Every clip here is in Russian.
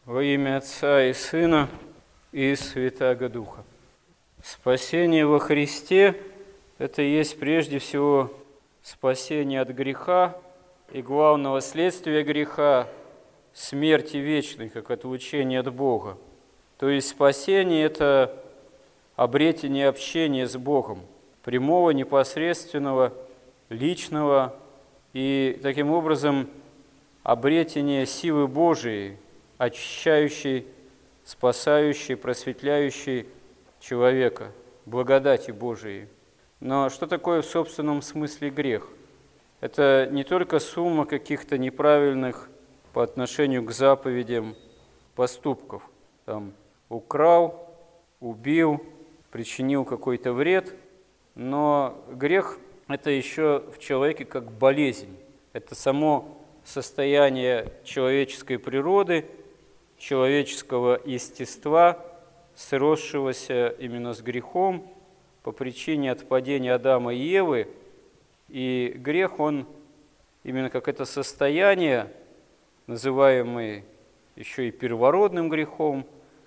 Во имя Отца и Сына и Святаго Духа. Спасение во Христе – это есть прежде всего спасение от греха и главного следствия греха – смерти вечной, как отлучение от Бога. То есть спасение – это обретение общения с Богом, прямого, непосредственного, личного, и таким образом обретение силы Божией, очищающей, спасающей, просветляющей человека, благодати Божией. Но что такое в собственном смысле грех? Это не только сумма каких-то неправильных по отношению к заповедям поступков. Там, украл, убил, причинил какой-то вред, но грех – это еще в человеке как болезнь. Это само состояние человеческой природы, человеческого естества, сросшегося именно с грехом по причине отпадения Адама и Евы. И грех, он именно как это состояние, называемое еще и первородным грехом,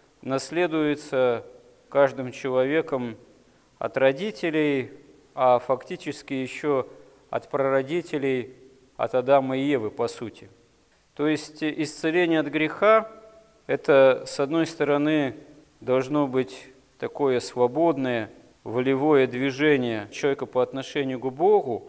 наследуется каждым человеком от родителей, а фактически еще от прародителей, от Адама и Евы, по сути. То есть исцеление от греха – это, с одной стороны, должно быть такое свободное, волевое движение человека по отношению к Богу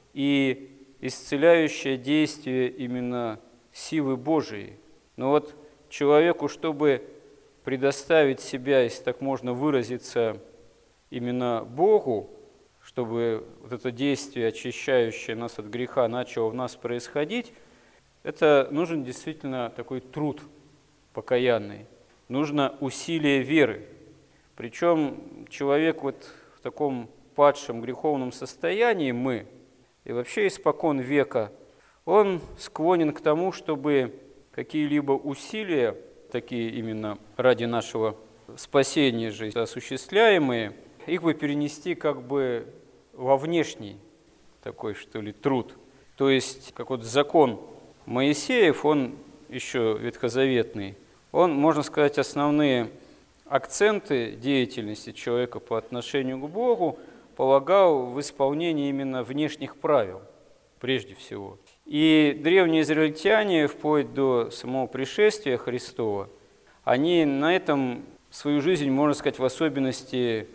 и исцеляющее действие именно силы Божией. Но вот человеку, чтобы предоставить себя, если так можно выразиться, именно Богу, чтобы вот это действие, очищающее нас от греха, начало в нас происходить, это нужен действительно такой труд покаянный, нужно усилие веры. Причем человек вот в таком падшем греховном состоянии, мы, и вообще испокон века, он склонен к тому, чтобы какие-либо усилия, такие именно ради нашего спасения же осуществляемые, их бы перенести как бы во внешний такой, что ли, труд. То есть, как вот закон Моисеев, он еще ветхозаветный, он, можно сказать, основные акценты деятельности человека по отношению к Богу полагал в исполнении именно внешних правил, прежде всего. И древние израильтяне, вплоть до самого пришествия Христова, они на этом свою жизнь, можно сказать, в особенности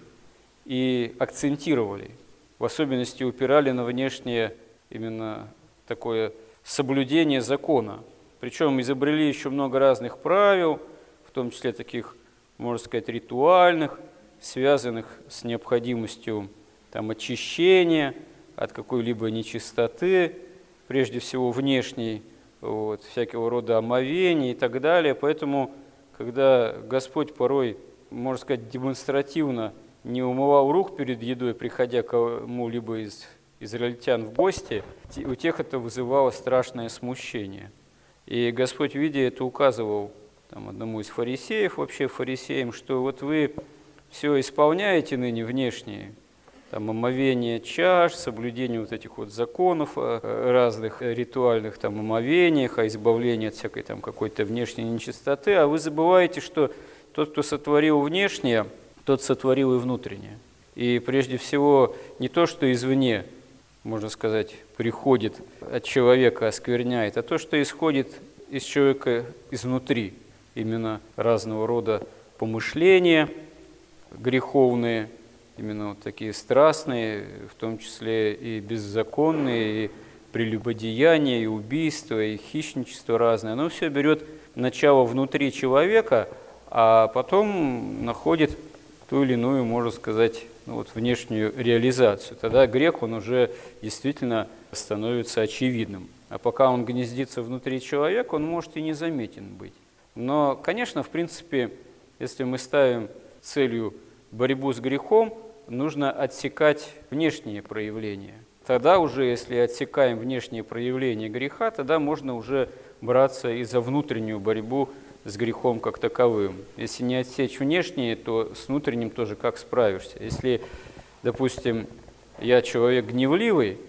и акцентировали, в особенности упирали на внешнее именно такое соблюдение закона. Причем изобрели еще много разных правил, в том числе таких, можно сказать, ритуальных, связанных с необходимостью там, очищения от какой-либо нечистоты, прежде всего внешней, вот, всякого рода омовений и так далее. Поэтому, когда Господь порой, можно сказать, демонстративно не умывал рук перед едой, приходя к кому-либо из израильтян в гости, у тех это вызывало страшное смущение. И Господь, видя это, указывал там, одному из фарисеев, вообще фарисеям, что вот вы все исполняете ныне внешние, там, омовение чаш, соблюдение вот этих вот законов о разных ритуальных там, омовениях, о избавлении от всякой там какой-то внешней нечистоты, а вы забываете, что тот, кто сотворил внешнее, тот сотворил и внутреннее. И прежде всего не то, что извне, можно сказать, приходит от человека, оскверняет, а то, что исходит из человека изнутри, именно разного рода помышления греховные, именно вот такие страстные, в том числе и беззаконные, и прелюбодеяния, и убийства, и хищничество разное. Оно все берет начало внутри человека, а потом находит ту или иную, можно сказать, вот внешнюю реализацию. Тогда грех, он уже действительно становится очевидным. А пока он гнездится внутри человека, он может и незаметен быть. Но, конечно, в принципе, если мы ставим целью борьбу с грехом, нужно отсекать внешние проявления. Тогда уже, если отсекаем внешние проявления греха, тогда можно уже браться и за внутреннюю борьбу с грехом как таковым. Если не отсечь внешние, то с внутренним тоже как справишься. Если, допустим, я человек гневливый,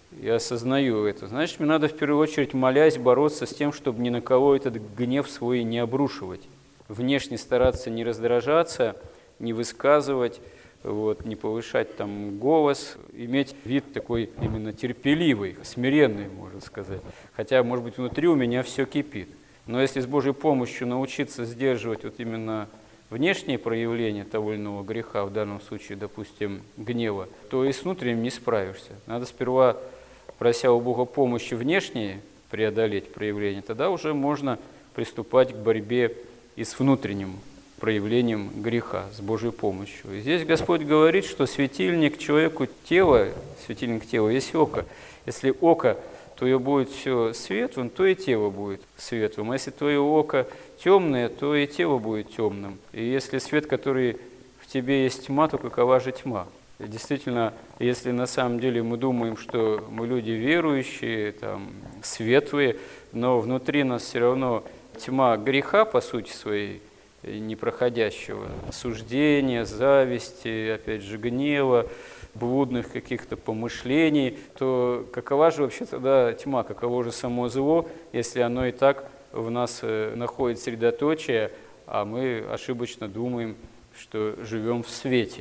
и осознаю это, значит, мне надо в первую очередь, молясь, бороться с тем, чтобы ни на кого этот гнев свой не обрушивать. Внешне стараться не раздражаться, не высказывать, не повышать там голос, иметь вид такой именно терпеливый, смиренный, можно сказать. Хотя, может быть, внутри у меня все кипит. Но если с Божьей помощью научиться сдерживать именно внешние проявления того или иного греха, в данном случае, допустим, гнева, то и с внутренним не справишься. Надо сперва, прося у Бога помощи, внешние преодолеть проявления, тогда уже можно приступать к борьбе и с внутренним проявлением греха, с Божьей помощью. И здесь Господь говорит, что светильник человеку тела, светильник тела есть око. Если око твое будет все светлым, то и тело будет светлым. А если твое око темное, то и тело будет темным. И если свет, который в тебе есть тьма, то какова же тьма? И действительно, если на самом деле мы думаем, что мы люди верующие, там, светлые, но внутри нас все равно тьма греха, по сути своей, непроходящего, осуждения, зависти, опять же, гнева, блудных каких-то помышлений, то какова же вообще тогда тьма, каково же само зло, если оно и так в нас находит средоточие, а мы ошибочно думаем, что живем в свете.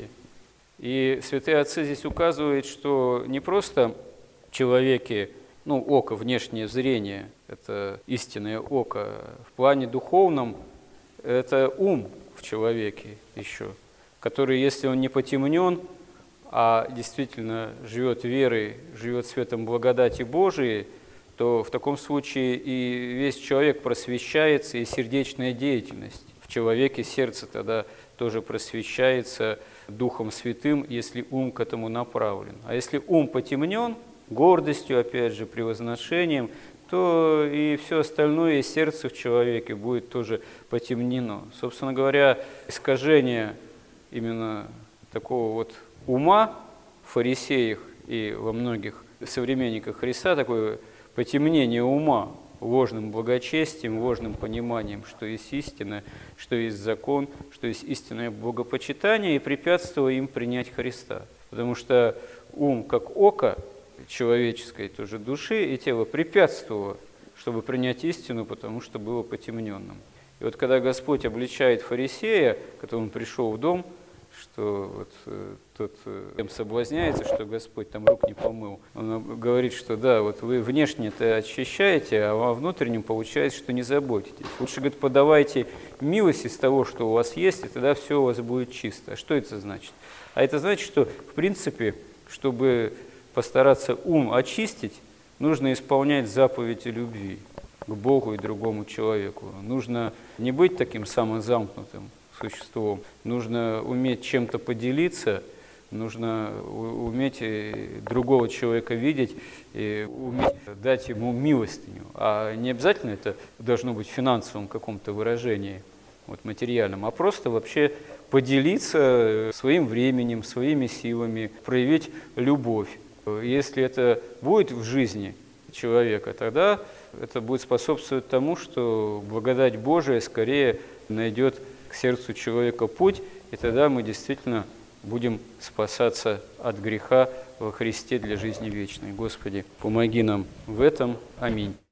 И святые отцы здесь указывают, что не просто в человеке, око, внешнее зрение, это истинное око, в плане духовном это ум в человеке еще, который, если он не потемнен, а действительно живет верой, живет светом благодати Божией, то в таком случае и весь человек просвещается, и сердечная деятельность в человеке, сердце тогда тоже просвещается Духом Святым, если ум к этому направлен. А если ум потемнен, гордостью, опять же, превозношением, то и все остальное, и сердце в человеке будет тоже потемнено. Собственно говоря, искажение именно такого ума в фарисеях и во многих современниках Христа, такое потемнение ума ложным благочестием, ложным пониманием, что есть истина, что есть закон, что есть истинное богопочитание, и препятствовало им принять Христа. Потому что ум, как око человеческой тоже души и тела, препятствовало, чтобы принять истину, потому что было потемненным. И когда Господь обличает фарисея, когда он пришел в дом, что тот тем соблазняется, что Господь там рук не помыл. Он говорит, что да, вы внешне-то очищаете, а во внутреннем получается, что не заботитесь. Лучше, говорит, подавайте милость из того, что у вас есть, и тогда все у вас будет чисто. А что это значит? А это значит, что, в принципе, чтобы постараться ум очистить, нужно исполнять заповеди любви к Богу и другому человеку. Нужно не быть таким самозамкнутым существом, нужно уметь чем-то поделиться, нужно уметь другого человека видеть и уметь дать ему милостыню. А не обязательно это должно быть в финансовом каком-то выражении, материальном, а просто вообще поделиться своим временем, своими силами, проявить любовь. Если это будет в жизни человека, тогда это будет способствовать тому, что благодать Божия скорее найдет к сердцу человека путь, и тогда мы действительно будем спасаться от греха во Христе для жизни вечной. Господи, помоги нам в этом. Аминь.